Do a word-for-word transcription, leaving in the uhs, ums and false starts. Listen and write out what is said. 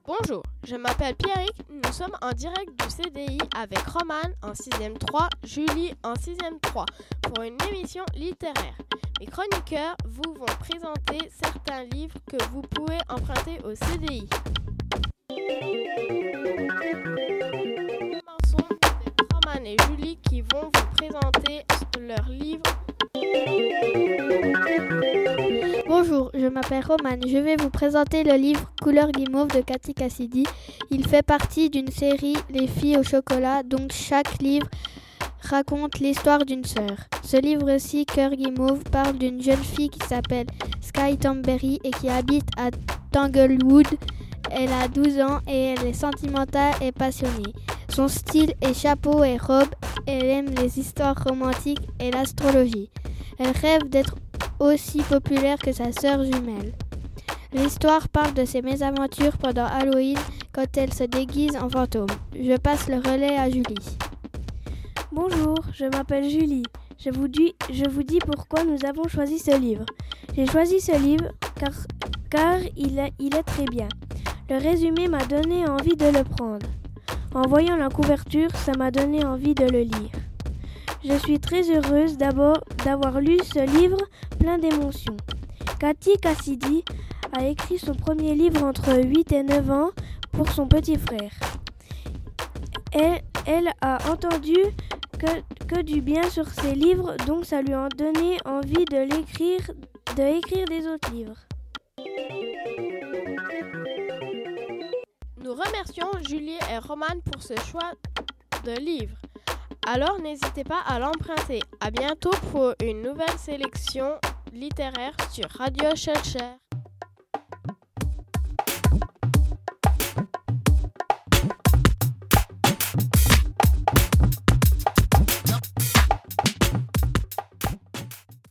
Bonjour, je m'appelle Pierrick, nous sommes en direct du C D I avec Romane en sixième trois, Julie en sixième trois pour une émission littéraire. Mes chroniqueurs vous vont présenter certains livres que vous pouvez emprunter au C D I. Commençons avec Romane et Julie qui vont vous présenter leurs livres. Bonjour, je m'appelle Romane. Je vais vous présenter le livre Couleur Guimauve de Cathy Cassidy. Il fait partie d'une série Les filles au chocolat, dont chaque livre raconte l'histoire d'une sœur. Ce livre-ci, Cœur Guimauve, parle d'une jeune fille qui s'appelle Sky Thornberry et qui habite à Tanglewood. Elle a douze ans et elle est sentimentale et passionnée. Son style est chapeau et robe. Elle aime les histoires romantiques et l'astrologie. Elle rêve d'être aussi populaire que sa sœur jumelle. L'histoire parle de ses mésaventures pendant Halloween quand elle se déguise en fantôme. Je passe le relais à Julie. Bonjour, je m'appelle Julie. Je vous dis, je vous dis pourquoi nous avons choisi ce livre. J'ai choisi ce livre car, car il, est, il est très bien. Le résumé m'a donné envie de le prendre. En voyant la couverture, ça m'a donné envie de le lire. Je suis très heureuse d'abord d'avoir lu ce livre plein d'émotions. Cathy Cassidy a écrit son premier livre entre huit et neuf ans pour son petit frère. Elle, elle a entendu que, que du bien sur ses livres, donc ça lui a donné envie de l'écrire, de écrire des autres livres. Nous remercions Julie et Romane pour ce choix de livre. Alors n'hésitez pas à l'emprunter. À bientôt pour une nouvelle sélection littéraire sur Radio Schellcher.